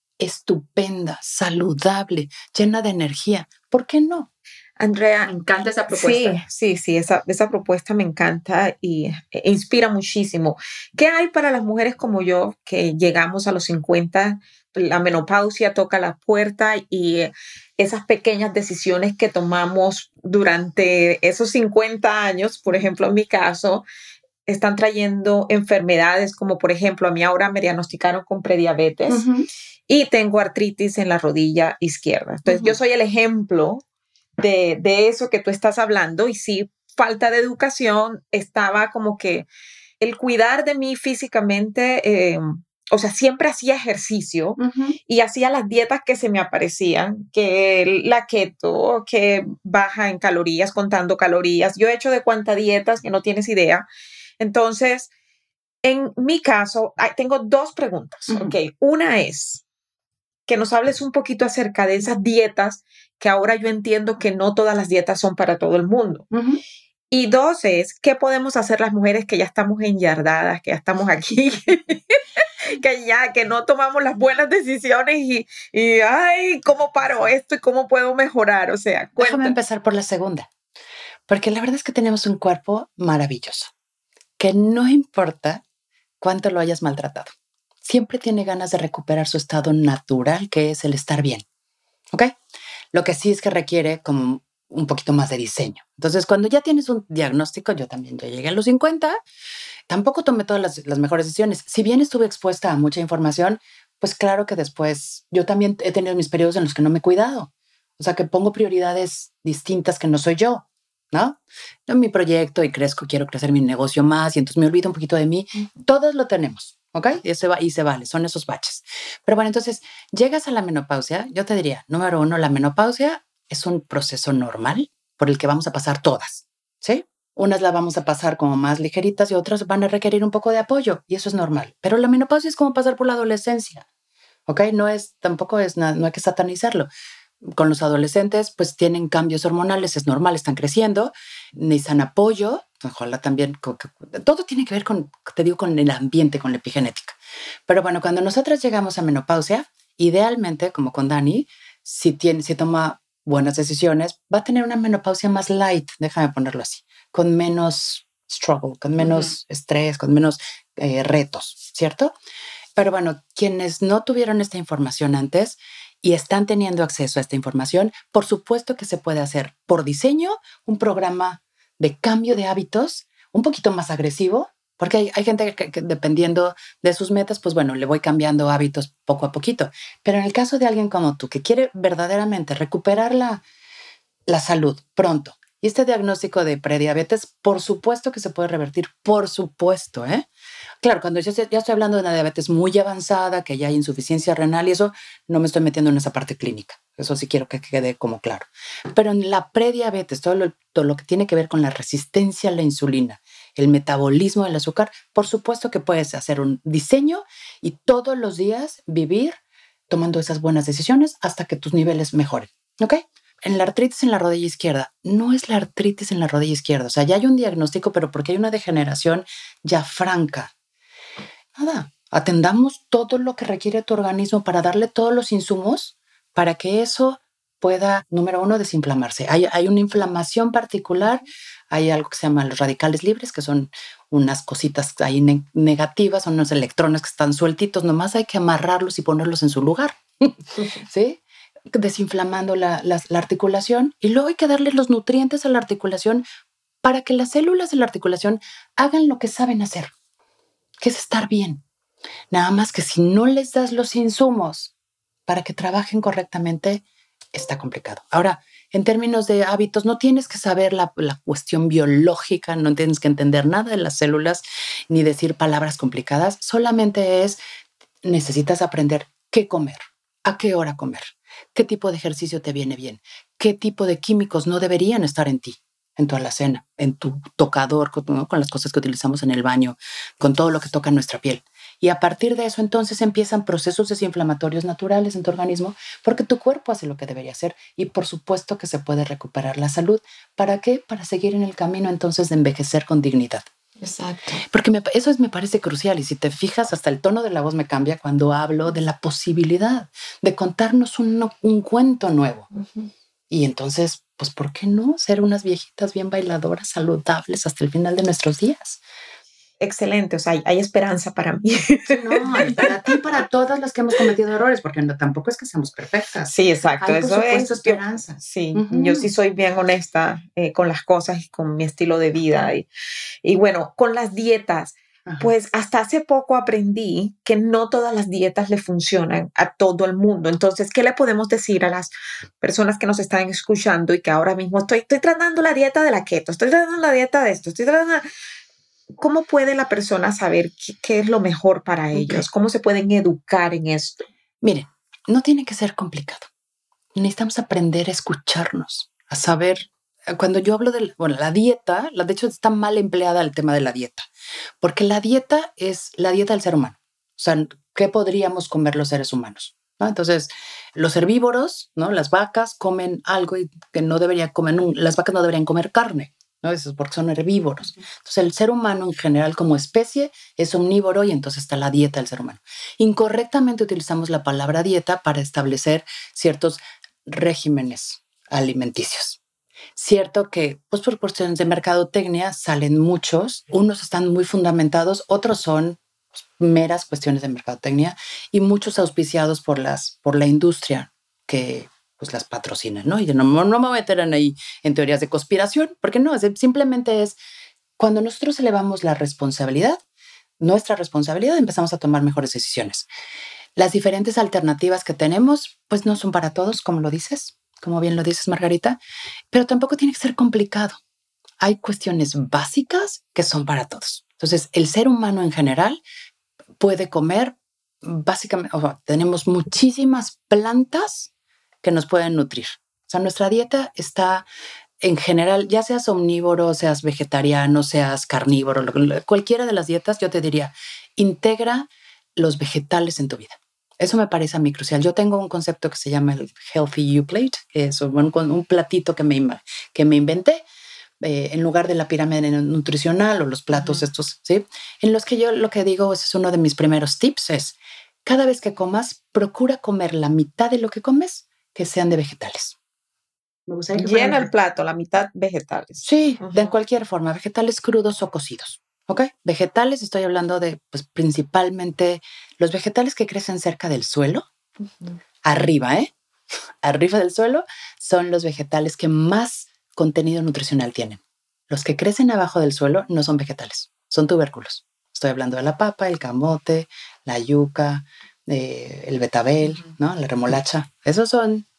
S3: estupenda, saludable, llena de energía. ¿Por qué no?
S2: Andrea,
S1: me encanta esa propuesta.
S2: Sí, esa propuesta me encanta y inspira muchísimo. ¿Qué hay para las mujeres como yo que llegamos a los 50? La menopausia toca la puerta y esas pequeñas decisiones que tomamos durante esos 50 años, por ejemplo, en mi caso, están trayendo enfermedades como, por ejemplo, a mí ahora me diagnosticaron con prediabetes y tengo artritis en la rodilla izquierda. Entonces, yo soy el ejemplo de eso que tú estás hablando, y sí, falta de educación. Estaba como que el cuidar de mí físicamente, o sea, siempre hacía ejercicio y hacía las dietas que se me aparecían, que la keto, que baja en calorías, contando calorías. Yo he hecho de cuántas dietas que no tienes idea. Entonces, en mi caso, tengo dos preguntas. Okay. Una es que nos hables un poquito acerca de esas dietas, que ahora yo entiendo que no todas las dietas son para todo el mundo. Y dos es, ¿qué podemos hacer las mujeres que ya estamos enyardadas, que ya estamos aquí, que no tomamos las buenas decisiones y ay, ¿cómo paro esto y cómo puedo mejorar? O sea,
S3: déjame empezar por la segunda, porque la verdad es que tenemos un cuerpo maravilloso, que no importa cuánto lo hayas maltratado, siempre tiene ganas de recuperar su estado natural, que es el estar bien, ¿ok? Lo que sí es que requiere como un poquito más de diseño. Entonces, cuando ya tienes un diagnóstico, yo también ya llegué a los 50, tampoco tomé todas las mejores decisiones. Si bien estuve expuesta a mucha información, pues claro que después yo también he tenido mis periodos en los que no me he cuidado. O sea, que pongo prioridades distintas que no soy yo, ¿no? Yo en mi proyecto y quiero crecer mi negocio más y entonces me olvido un poquito de mí. Todos lo tenemos, ¿ok? Y se vale, son esos baches. Pero bueno, entonces llegas a la menopausia, yo te diría, número 1, la menopausia es un proceso normal por el que vamos a pasar todas, ¿sí? Unas la vamos a pasar como más ligeritas y otras van a requerir un poco de apoyo, y eso es normal. Pero la menopausia es como pasar por la adolescencia, ¿ok? No hay que satanizarlo. Con los adolescentes, pues tienen cambios hormonales, es normal, están creciendo, necesitan apoyo, ojalá también, todo tiene que ver con el ambiente, con la epigenética. Pero bueno, cuando nosotras llegamos a menopausia, idealmente, como con Dani, si toma buenas decisiones, va a tener una menopausia más light, déjame ponerlo así, con menos struggle, con menos estrés, con menos retos, ¿cierto? Pero bueno, quienes no tuvieron esta información antes y están teniendo acceso a esta información, por supuesto que se puede hacer por diseño un programa de cambio de hábitos un poquito más agresivo, porque hay gente que dependiendo de sus metas, pues bueno, le voy cambiando hábitos poco a poquito. Pero en el caso de alguien como tú, que quiere verdaderamente recuperar la salud pronto, y este diagnóstico de prediabetes, por supuesto que se puede revertir, por supuesto, ¿eh? Claro, cuando ya estoy hablando de una diabetes muy avanzada, que ya hay insuficiencia renal y eso, no me estoy metiendo en esa parte clínica. Eso sí quiero que quede como claro. Pero en la prediabetes, todo lo que tiene que ver con la resistencia a la insulina, el metabolismo del azúcar, por supuesto que puedes hacer un diseño y todos los días vivir tomando esas buenas decisiones hasta que tus niveles mejoren. ¿Ok? En la artritis en la rodilla izquierda, no es la artritis en la rodilla izquierda. O sea, ya hay un diagnóstico, pero porque hay una degeneración ya franca. Nada, atendamos todo lo que requiere tu organismo para darle todos los insumos para que eso pueda, número uno, desinflamarse. Hay una inflamación particular, hay algo que se llama los radicales libres, que son unas cositas ahí negativas, son unos electrones que están sueltitos, nomás hay que amarrarlos y ponerlos en su lugar, ¿sí? Desinflamando la articulación y luego hay que darle los nutrientes a la articulación para que las células de la articulación hagan lo que saben hacer, que es estar bien. Nada más que si no les das los insumos para que trabajen correctamente, está complicado. Ahora, en términos de hábitos, no tienes que saber la cuestión biológica, no tienes que entender nada de las células ni decir palabras complicadas, solamente necesitas aprender qué comer, a qué hora comer, qué tipo de ejercicio te viene bien, qué tipo de químicos no deberían estar en ti, en tu alacena, en tu tocador, ¿no? Con las cosas que utilizamos en el baño, con todo lo que toca nuestra piel. Y a partir de eso, entonces empiezan procesos desinflamatorios naturales en tu organismo porque tu cuerpo hace lo que debería hacer y por supuesto que se puede recuperar la salud. ¿Para qué? Para seguir en el camino entonces de envejecer con dignidad.
S1: Exacto.
S3: Porque eso me parece crucial y si te fijas, hasta el tono de la voz me cambia cuando hablo de la posibilidad de contarnos un cuento nuevo. Y entonces, pues, ¿por qué no ser unas viejitas bien bailadoras, saludables hasta el final de nuestros días?
S2: Excelente, o sea, hay esperanza para mí.
S3: No, y para ti y para todas las que hemos cometido errores, porque tampoco es que seamos perfectas.
S2: Sí, exacto.
S3: Hay, por
S2: Eso
S3: supuesto,
S2: es.
S3: esperanza.
S2: Sí, yo sí soy bien honesta con las cosas y con mi estilo de vida. Y bueno, con las dietas, pues hasta hace poco aprendí que no todas las dietas le funcionan a todo el mundo. Entonces, ¿qué le podemos decir a las personas que nos están escuchando y que ahora mismo estoy tratando la dieta de la keto, estoy tratando la dieta de esto, estoy tratando... ¿Cómo puede la persona saber qué es lo mejor para ellos? ¿Cómo se pueden educar en esto?
S3: Miren, no tiene que ser complicado. Necesitamos aprender a escucharnos, a saber. Cuando yo hablo de la dieta, de hecho está mal empleada el tema de la dieta, porque la dieta es la dieta del ser humano. O sea, ¿qué podríamos comer los seres humanos? ¿No? Entonces, los herbívoros, ¿no? Las vacas comen algo que no deberían comer, las vacas no deberían comer carne. ¿No? Eso es porque son herbívoros. Entonces, el ser humano en general como especie es omnívoro y entonces está la dieta del ser humano. Incorrectamente utilizamos la palabra dieta para establecer ciertos regímenes alimenticios. Cierto que, pues por cuestiones de mercadotecnia salen muchos, unos están muy fundamentados, otros son meras cuestiones de mercadotecnia y muchos auspiciados por la industria que pues las patrocinan, ¿no? Y no me voy a meter en teorías de conspiración, porque no, simplemente es cuando nosotros elevamos la responsabilidad, nuestra responsabilidad, empezamos a tomar mejores decisiones. Las diferentes alternativas que tenemos, pues no son para todos, como lo dices, como bien lo dices, Margarita, pero tampoco tiene que ser complicado. Hay cuestiones básicas que son para todos. Entonces, el ser humano en general puede comer básicamente, o sea, tenemos muchísimas plantas que nos pueden nutrir. O sea, nuestra dieta está en general, ya seas omnívoro, seas vegetariano, seas carnívoro, cualquiera de las dietas, yo te diría, integra los vegetales en tu vida. Eso me parece a mí crucial. Yo tengo un concepto que se llama el Healthy You Plate, que es un platito que me inventé en lugar de la pirámide nutricional o los platos estos, ¿sí? En los que yo lo que digo, ese es uno de mis primeros tips, es cada vez que comas, procura comer la mitad de lo que comes que sean de vegetales. Me gustaría que
S2: llena el plato, la mitad vegetales.
S3: Sí, de cualquier forma, vegetales crudos o cocidos. ¿Ok? Vegetales, estoy hablando de, pues, principalmente los vegetales que crecen cerca del suelo, arriba, arriba del suelo, son los vegetales que más contenido nutricional tienen. Los que crecen abajo del suelo no son vegetales, son tubérculos. Estoy hablando de la papa, el camote, la yuca, el betabel, ¿no? La remolacha. Esos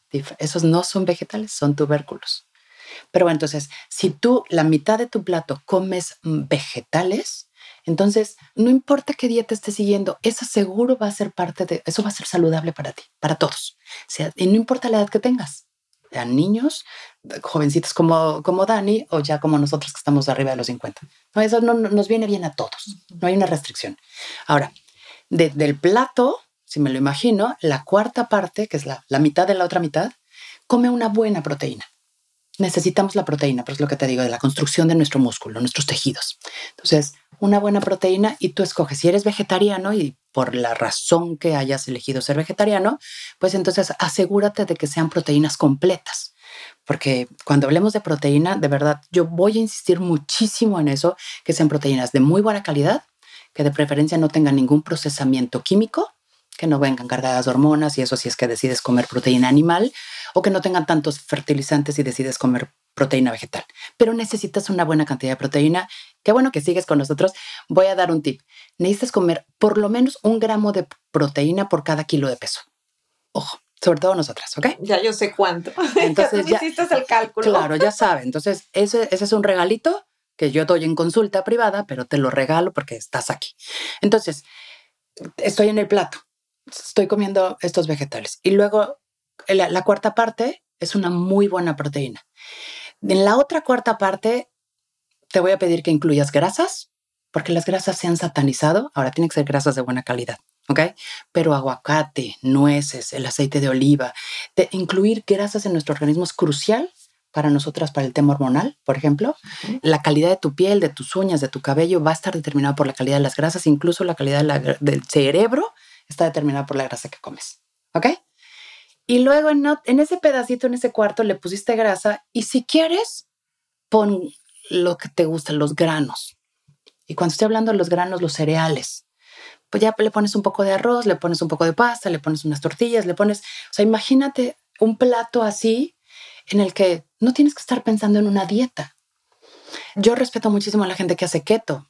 S3: no son vegetales, son tubérculos. Pero bueno, entonces, si tú la mitad de tu plato comes vegetales, entonces no importa qué dieta estés siguiendo, eso seguro va a ser eso va a ser saludable para ti, para todos. O sea, y no importa la edad que tengas, sean niños, jovencitos como Dani o ya como nosotros que estamos arriba de los 50. No, eso nos viene bien a todos, no hay una restricción. Ahora, del plato, si me lo imagino, la cuarta parte, que es la mitad de la otra mitad, come una buena proteína. Necesitamos la proteína, pero es lo que te digo, de la construcción de nuestro músculo, nuestros tejidos. Entonces, una buena proteína y tú escoges. Si eres vegetariano y por la razón que hayas elegido ser vegetariano, pues entonces asegúrate de que sean proteínas completas. Porque cuando hablemos de proteína, de verdad, yo voy a insistir muchísimo en eso, que sean proteínas de muy buena calidad, que de preferencia no tengan ningún procesamiento químico, que no vengan cargadas de hormonas y eso si es que decides comer proteína animal, o que no tengan tantos fertilizantes y decides comer proteína vegetal. Pero necesitas una buena cantidad de proteína. Qué bueno que sigues con nosotros. Voy a dar un tip. Necesitas comer por lo menos 1 gramo de proteína por cada kilo de peso. Ojo, sobre todo nosotras, ¿ok?
S2: Ya yo sé cuánto.
S3: Entonces
S2: ya hiciste el cálculo.
S3: Claro, ya saben. Entonces, ese es un regalito que yo doy en consulta privada, pero te lo regalo porque estás aquí. Entonces, estoy en el plato. Estoy comiendo estos vegetales. Y luego la cuarta parte es una muy buena proteína. En la otra cuarta parte te voy a pedir que incluyas grasas, porque las grasas se han satanizado. Ahora tienen que ser grasas de buena calidad, ¿ok? Pero aguacate, nueces, el aceite de oliva, incluir grasas en nuestro organismo es crucial para nosotras, para el tema hormonal, por ejemplo. La calidad de tu piel, de tus uñas, de tu cabello va a estar determinada por la calidad de las grasas, incluso la calidad del cerebro está determinada por la grasa que comes, ¿ok? Y luego en ese pedacito, en ese cuarto, le pusiste grasa y si quieres, pon lo que te gusta, los granos. Y cuando estoy hablando de los granos, los cereales, pues ya le pones un poco de arroz, le pones un poco de pasta, le pones unas tortillas, o sea, imagínate un plato así en el que no tienes que estar pensando en una dieta. Yo respeto muchísimo a la gente que hace keto.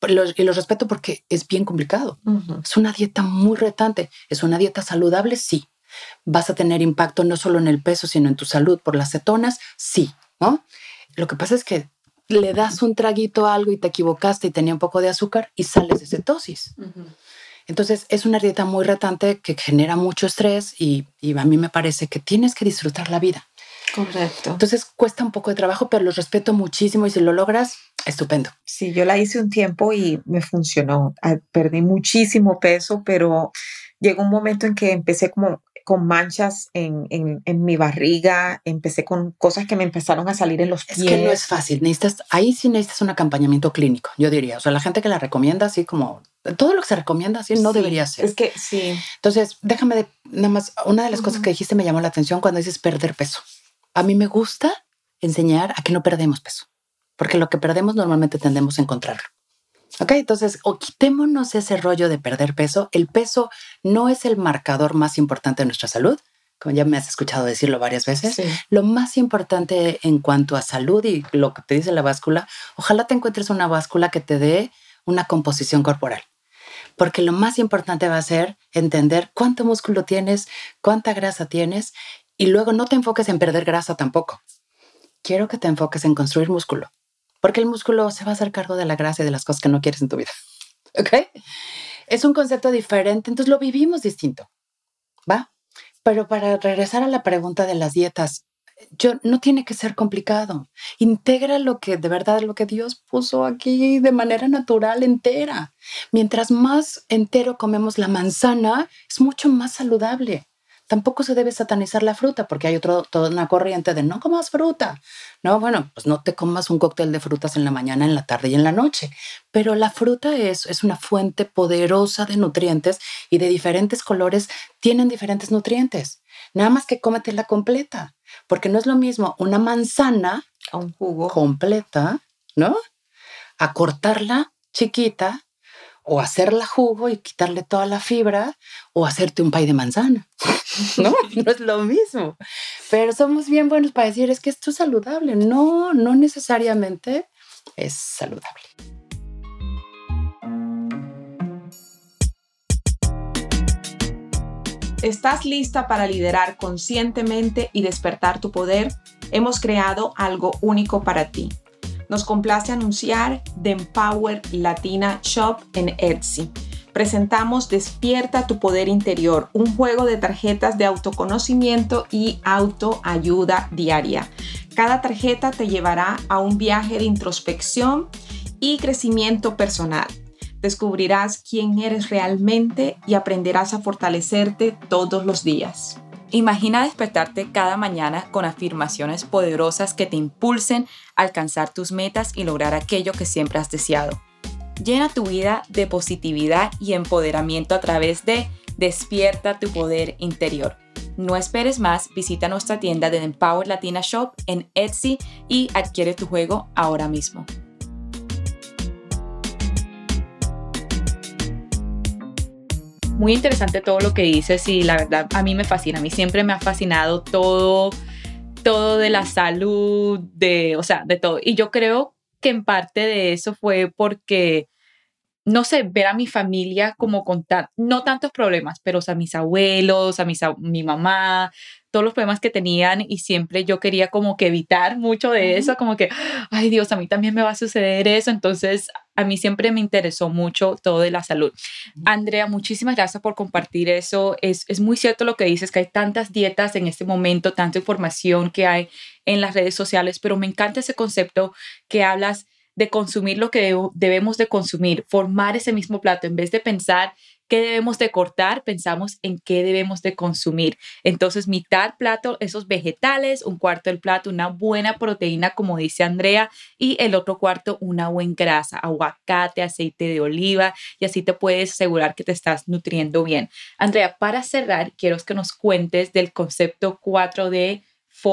S3: Y los respeto porque es bien complicado. Es una dieta muy retante. ¿Es una dieta saludable? Sí. ¿Vas a tener impacto no solo en el peso, sino en tu salud por las cetonas? Sí, ¿no? Lo que pasa es que le das un traguito a algo y te equivocaste y tenía un poco de azúcar y sales de cetosis. Entonces, es una dieta muy retante que genera mucho estrés y a mí me parece que tienes que disfrutar la vida.
S2: Correcto.
S3: Entonces, cuesta un poco de trabajo, pero los respeto muchísimo y si lo logras, estupendo.
S2: Sí, yo la hice un tiempo y me funcionó. Perdí muchísimo peso, pero llegó un momento en que empecé como con manchas en mi barriga, empecé con cosas que me empezaron a salir en los pies.
S3: Es que no es fácil, ahí sí necesitas un acompañamiento clínico, yo diría. O sea, la gente que la recomienda así como, todo lo que se recomienda así no debería ser.
S2: Es que sí.
S3: Entonces, nada más, una de las cosas que dijiste me llamó la atención cuando dices perder peso. A mí me gusta enseñar a que no perdemos peso, porque lo que perdemos normalmente tendemos a encontrarlo. Ok, entonces, o quitémonos ese rollo de perder peso. El peso no es el marcador más importante de nuestra salud, como ya me has escuchado decirlo varias veces.
S2: Sí.
S3: Lo más importante en cuanto a salud y lo que te dice la báscula, ojalá te encuentres una báscula que te dé una composición corporal. Porque lo más importante va a ser entender cuánto músculo tienes, cuánta grasa tienes, y luego no te enfoques en perder grasa tampoco. Quiero que te enfoques en construir músculo. Porque el músculo se va a hacer cargo de la grasa y de las cosas que no quieres en tu vida. ¿Ok? Es un concepto diferente, entonces lo vivimos distinto. ¿Va? Pero para regresar a la pregunta de las dietas, no tiene que ser complicado. Integra lo que de verdad, lo que Dios puso aquí de manera natural, entera. Mientras más entero comemos la manzana, es mucho más saludable. Tampoco se debe satanizar la fruta porque hay toda una corriente de no comas fruta. No, bueno, pues no te comas un cóctel de frutas en la mañana, en la tarde y en la noche. Pero la fruta es una fuente poderosa de nutrientes y de diferentes colores tienen diferentes nutrientes. Nada más que cómetela completa, porque no es lo mismo una manzana
S2: A un jugo
S3: completa, ¿no? A cortarla chiquita o hacerla jugo y quitarle toda la fibra o hacerte un pay de manzana, ¿no? No es lo mismo. Pero somos bien buenos para decir, es que esto es saludable. No, no necesariamente es saludable.
S2: ¿Estás lista para liderar conscientemente y despertar tu poder? Hemos creado algo único para ti. Nos complace anunciar The Empower Latina Shop en Etsy. Presentamos Despierta tu Poder Interior, un juego de tarjetas de autoconocimiento y autoayuda diaria. Cada tarjeta te llevará a un viaje de introspección y crecimiento personal. Descubrirás quién eres realmente y aprenderás a fortalecerte todos los días.
S1: Imagina despertarte cada mañana con afirmaciones poderosas que te impulsen a alcanzar tus metas y lograr aquello que siempre has deseado. Llena tu vida de positividad y empoderamiento a través de Despierta tu Poder Interior. No esperes más, visita nuestra tienda de Empower Latina Shop en Etsy y adquiere tu juego ahora mismo. Muy interesante todo lo que dices y la verdad a mí me fascina. A mí siempre me ha fascinado todo de la salud, de todo. Y yo creo que en parte de eso fue porque, no sé, ver a mi familia como con no tantos problemas, pero a mis abuelos, mi mamá, todos los problemas que tenían y siempre yo quería como que evitar mucho de eso, como que, ay Dios, a mí también me va a suceder eso. Entonces, a mí siempre me interesó mucho todo de la salud. Andrea, muchísimas gracias por compartir eso. Es muy cierto lo que dices, que hay tantas dietas en este momento, tanta información que hay en las redes sociales, pero me encanta ese concepto que hablas de consumir lo que debemos de consumir, formar ese mismo plato. En vez de pensar qué debemos de cortar, pensamos en qué debemos de consumir. Entonces, mitad plato, esos vegetales, un cuarto del plato, una buena proteína, como dice Andrea, y el otro cuarto, una buena grasa, aguacate, aceite de oliva, y así te puedes asegurar que te estás nutriendo bien. Andrea, para cerrar, quiero que nos cuentes del concepto 4D,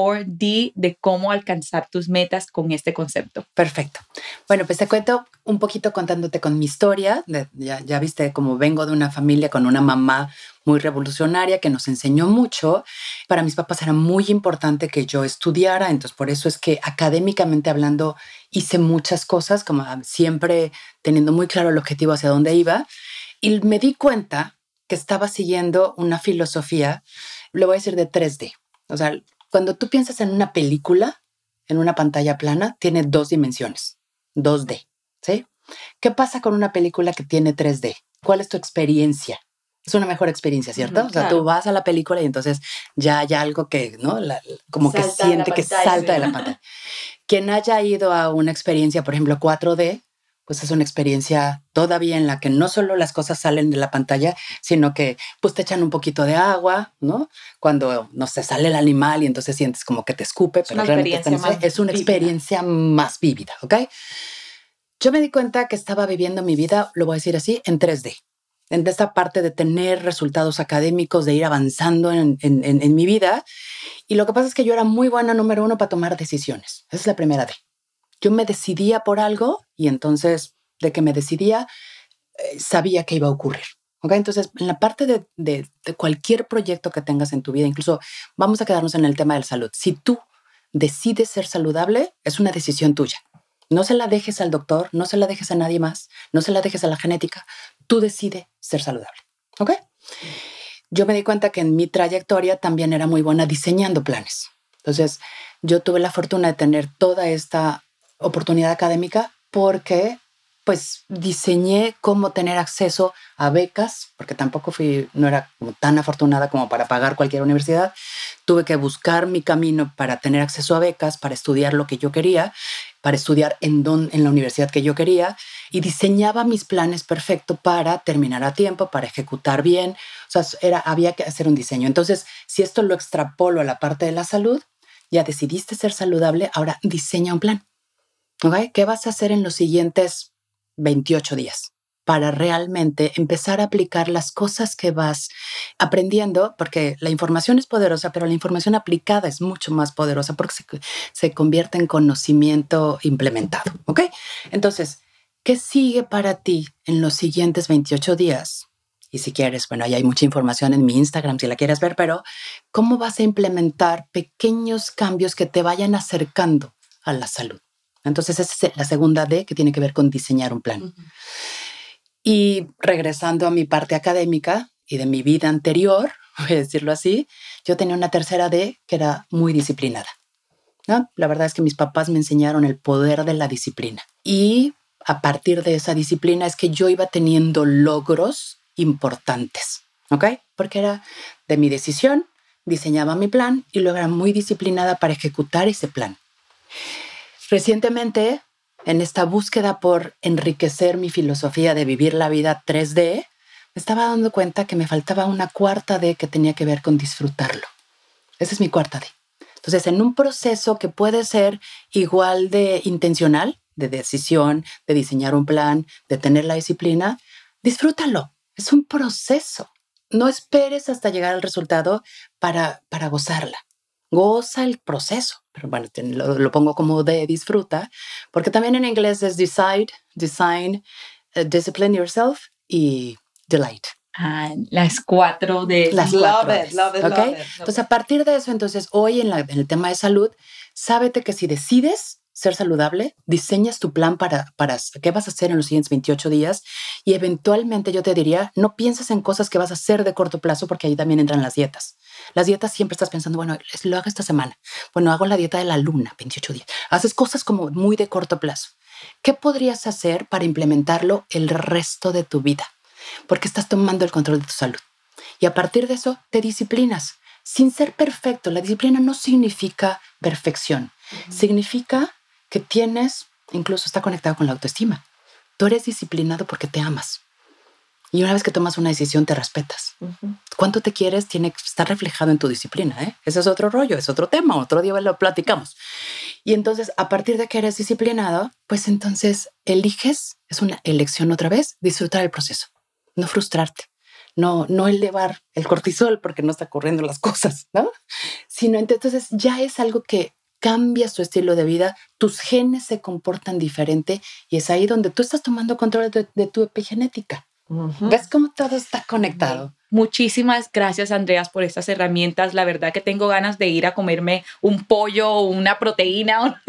S1: 4D, de cómo alcanzar tus metas con este concepto.
S3: Perfecto. Bueno, pues te cuento un poquito contándote con mi historia. Ya viste cómo vengo de una familia con una mamá muy revolucionaria que nos enseñó mucho. Para mis papás era muy importante que yo estudiara, entonces por eso es que académicamente hablando hice muchas cosas, como siempre teniendo muy claro el objetivo hacia dónde iba. Y me di cuenta que estaba siguiendo una filosofía, le voy a decir de 3D. O sea, cuando tú piensas en una película, en una pantalla plana, tiene 2 dimensiones, 2D, ¿sí? ¿Qué pasa con una película que tiene 3D? ¿Cuál es tu experiencia? Es una mejor experiencia, ¿cierto? O sea, tú vas a la película y entonces ya hay algo que, ¿no? Como que siente que salta de la pantalla. Quien haya ido a una experiencia, por ejemplo, 4D, pues es una experiencia todavía en la que no solo las cosas salen de la pantalla, sino que pues te echan un poquito de agua, ¿no? Cuando, no sé, sale el animal y entonces sientes como que te escupe, pero realmente es una experiencia más vívida, ¿ok? Yo me di cuenta que estaba viviendo mi vida, lo voy a decir así, en 3D. En esta parte de tener resultados académicos, de ir avanzando en mi vida. Y lo que pasa es que yo era muy buena, número 1, para tomar decisiones. Esa es la primera D. Yo me decidía por algo y entonces de que me decidía, sabía que iba a ocurrir. ¿Okay? Entonces, en la parte de cualquier proyecto que tengas en tu vida, incluso vamos a quedarnos en el tema de la salud. Si tú decides ser saludable, es una decisión tuya. No se la dejes al doctor, no se la dejes a nadie más, no se la dejes a la genética. Tú decides ser saludable. ¿Ok? Yo me di cuenta que en mi trayectoria también era muy buena diseñando planes. Entonces, yo tuve la fortuna de tener toda esta oportunidad académica porque pues diseñé cómo tener acceso a becas, porque tampoco no era como tan afortunada como para pagar cualquier universidad. Tuve que buscar mi camino para tener acceso a becas, para estudiar lo que yo quería, para estudiar en la universidad que yo quería, y diseñaba mis planes perfecto para terminar a tiempo, para ejecutar bien. O sea, había que hacer un diseño. Entonces, si esto lo extrapolo a la parte de la salud, ya decidiste ser saludable, ahora diseña un plan. ¿Okay? ¿Qué vas a hacer en los siguientes 28 días? para realmente empezar a aplicar las cosas que vas aprendiendo, porque la información es poderosa, pero la información aplicada es mucho más poderosa porque se convierte en conocimiento implementado, ¿ok? Entonces, ¿qué sigue para ti en los siguientes 28 días? Y si quieres, bueno, ahí hay mucha información en mi Instagram si la quieres ver, pero ¿cómo vas a implementar pequeños cambios que te vayan acercando a la salud? Entonces, esa es la segunda D, que tiene que ver con diseñar un plan. Y regresando a mi parte académica y de mi vida anterior, voy a decirlo así, yo tenía una tercera D que era muy disciplinada, ¿no? La verdad es que mis papás me enseñaron el poder de la disciplina. Y a partir de esa disciplina es que yo iba teniendo logros importantes, ¿ok? Porque era de mi decisión, diseñaba mi plan y luego era muy disciplinada para ejecutar ese plan. Recientemente, en esta búsqueda por enriquecer mi filosofía de vivir la vida 3D, me estaba dando cuenta que me faltaba una cuarta D que tenía que ver con disfrutarlo. Esa es mi cuarta D. Entonces, en un proceso que puede ser igual de intencional, de decisión, de diseñar un plan, de tener la disciplina, disfrútalo. Es un proceso. No esperes hasta llegar al resultado para gozarla. Goza el proceso. Pero bueno, lo pongo como de disfruta, porque también en inglés es decide, design, discipline yourself y delight.
S1: Las 4 de
S3: las
S2: love
S3: 4
S2: it, love it,
S3: ¿okay?
S2: love it.
S3: Entonces, a partir de eso, entonces, hoy en el tema de salud, sábete que si decides ser saludable, diseñas tu plan para qué vas a hacer en los siguientes 28 días y eventualmente yo te diría, no pienses en cosas que vas a hacer de corto plazo porque ahí también entran las dietas. Las dietas siempre estás pensando, bueno, lo hago esta semana. Bueno, hago la dieta de la luna, 28 días. Haces cosas como muy de corto plazo. ¿Qué podrías hacer para implementarlo el resto de tu vida? Porque estás tomando el control de tu salud. Y a partir de eso, te disciplinas. Sin ser perfecto, la disciplina no significa perfección. Significa que incluso está conectado con la autoestima. Tú eres disciplinado porque te amas. Y una vez que tomas una decisión, te respetas. Cuánto te quieres tiene que estar reflejado en tu disciplina, ¿eh? Ese es otro rollo, es otro tema, otro día lo platicamos. Y entonces, a partir de que eres disciplinado, pues entonces eliges, es una elección otra vez, disfrutar el proceso, no frustrarte, no elevar el cortisol porque no está corriendo las cosas, ¿no? Sino entonces ya es algo que cambias tu estilo de vida, tus genes se comportan diferente y es ahí donde tú estás tomando control de tu epigenética. ¿Ves cómo todo está conectado?
S1: Muchísimas gracias, Andreas, por estas herramientas. La verdad que tengo ganas de ir a comerme un pollo o una proteína.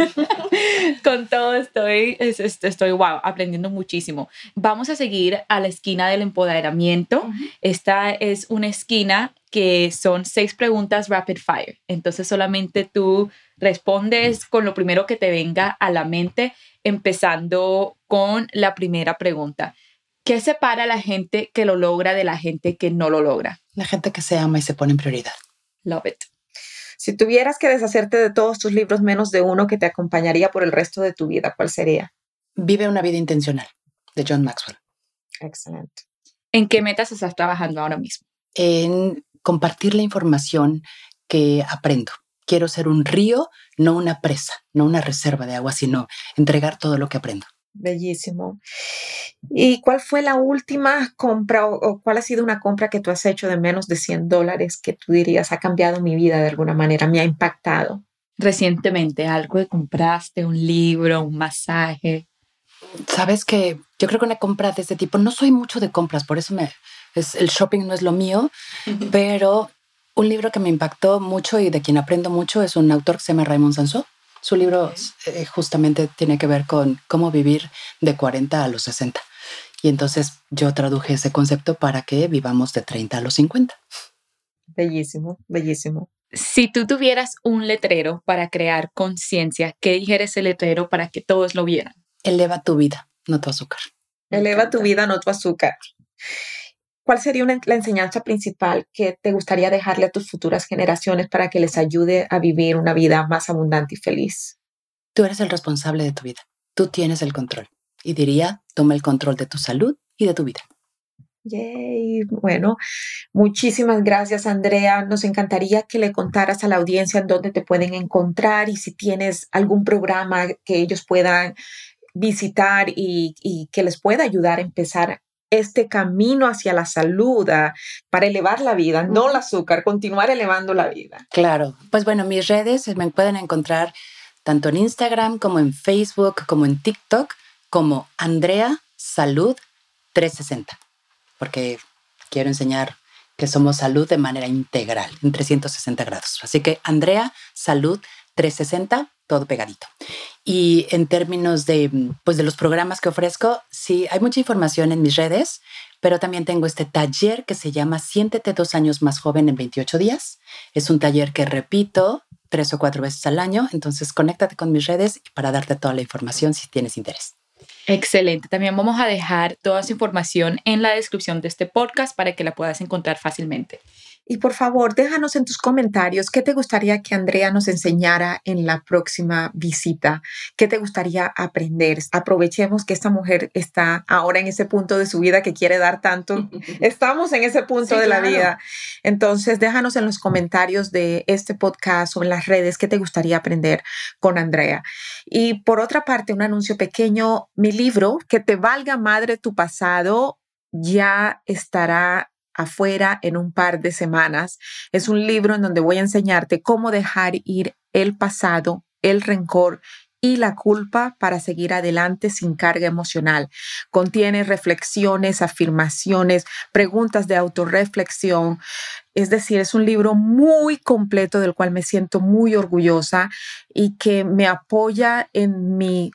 S1: Con todo estoy wow, aprendiendo muchísimo. Vamos a seguir a la esquina del empoderamiento. Esta es una esquina que son 6 preguntas rapid fire. Entonces solamente tú respondes con lo primero que te venga a la mente, empezando con la primera pregunta. ¿Qué separa a la gente que lo logra de la gente que no lo logra?
S3: La gente que se ama y se pone en prioridad.
S1: Love it.
S2: Si tuvieras que deshacerte de todos tus libros menos de uno que te acompañaría por el resto de tu vida, ¿cuál sería?
S3: Vive una vida intencional, de John Maxwell.
S2: Excelente.
S1: ¿En qué metas estás trabajando ahora mismo?
S3: En compartir la información que aprendo. Quiero ser un río, no una presa, no una reserva de agua, sino entregar todo lo que aprendo.
S2: Bellísimo. ¿Y cuál fue la última compra o cuál ha sido una compra que tú has hecho de menos de $100 que tú dirías ha cambiado mi vida de alguna manera, me ha impactado?
S1: Recientemente, algo que compraste, un libro, un masaje.
S3: Sabes que yo creo que una compra de este tipo, no soy mucho de compras, por eso el shopping no es lo mío, pero un libro que me impactó mucho y de quien aprendo mucho es un autor que se llama Raymond Sansó. Su libro justamente tiene que ver con cómo vivir de 40 a los 60. Y entonces yo traduje ese concepto para que vivamos de 30 a los 50.
S2: Bellísimo, bellísimo.
S1: Si tú tuvieras un letrero para crear conciencia, ¿qué dijera ese letrero para que todos lo vieran?
S3: Eleva tu vida, no tu azúcar.
S2: Eleva tu vida, no tu azúcar. ¿Cuál sería la enseñanza principal que te gustaría dejarle a tus futuras generaciones para que les ayude a vivir una vida más abundante y feliz?
S3: Tú eres el responsable de tu vida. Tú tienes el control. Y diría, toma el control de tu salud y de tu vida.
S2: Yay. Bueno, muchísimas gracias, Andrea. Nos encantaría que le contaras a la audiencia en dónde te pueden encontrar y si tienes algún programa que ellos puedan visitar y que les pueda ayudar a empezar este camino hacia la salud, para elevar la vida, no el azúcar, continuar elevando la vida.
S3: Claro, pues bueno, mis redes me pueden encontrar tanto en Instagram como en Facebook, como en TikTok, como Andrea Salud 360, porque quiero enseñar que somos salud de manera integral, en 360 grados. Así que Andrea Salud 360, todo pegadito. Y en términos de los programas que ofrezco, sí, hay mucha información en mis redes, pero también tengo este taller que se llama Siéntete 2 años más joven en 28 días. Es un taller que repito 3 o 4 veces al año, entonces conéctate con mis redes para darte toda la información si tienes interés.
S1: Excelente. También vamos a dejar toda esa información en la descripción de este podcast para que la puedas encontrar fácilmente.
S2: Y por favor, déjanos en tus comentarios qué te gustaría que Andrea nos enseñara en la próxima visita. ¿Qué te gustaría aprender? Aprovechemos que esta mujer está ahora en ese punto de su vida que quiere dar tanto. Estamos en ese punto de la vida. Entonces, déjanos en los comentarios de este podcast o en las redes qué te gustaría aprender con Andrea. Y por otra parte, un anuncio pequeño. Mi libro, Que te valga madre tu pasado, ya estará afuera en un par de semanas. Es un libro en donde voy a enseñarte cómo dejar ir el pasado, el rencor y la culpa para seguir adelante sin carga emocional. Contiene reflexiones, afirmaciones, preguntas de autorreflexión. Es decir, es un libro muy completo del cual me siento muy orgullosa y que me apoya en mi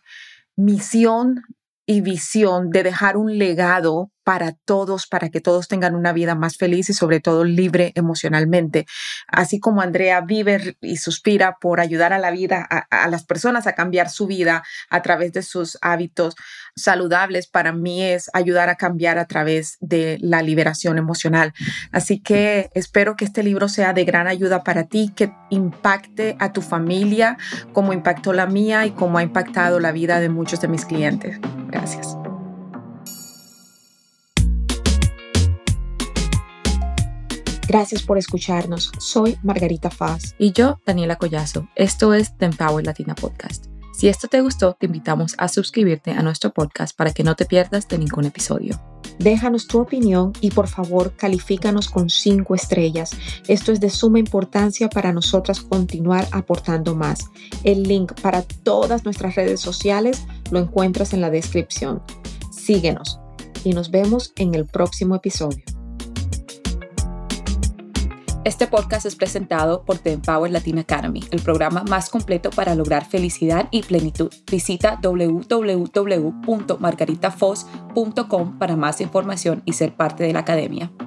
S2: misión y visión de dejar un legado para todos, para que todos tengan una vida más feliz y sobre todo libre emocionalmente. Así como Andrea vive y suspira por ayudar a la vida, a las personas a cambiar su vida a través de sus hábitos saludables, para mí es ayudar a cambiar a través de la liberación emocional. Así que espero que este libro sea de gran ayuda para ti, que impacte a tu familia como impactó la mía y como ha impactado la vida de muchos de mis clientes. Gracias. Gracias por escucharnos. Soy Margarita Faz.
S1: Y yo, Daniela Collazo. Esto es The Empower Latina Podcast. Si esto te gustó, te invitamos a suscribirte a nuestro podcast para que no te pierdas de ningún episodio.
S2: Déjanos tu opinión y por favor califícanos con 5 estrellas. Esto es de suma importancia para nosotras continuar aportando más. El link para todas nuestras redes sociales lo encuentras en la descripción. Síguenos y nos vemos en el próximo episodio.
S1: Este podcast es presentado por The Empower Latina Academy, el programa más completo para lograr felicidad y plenitud. Visita www.margaritafoz.com para más información y ser parte de la academia.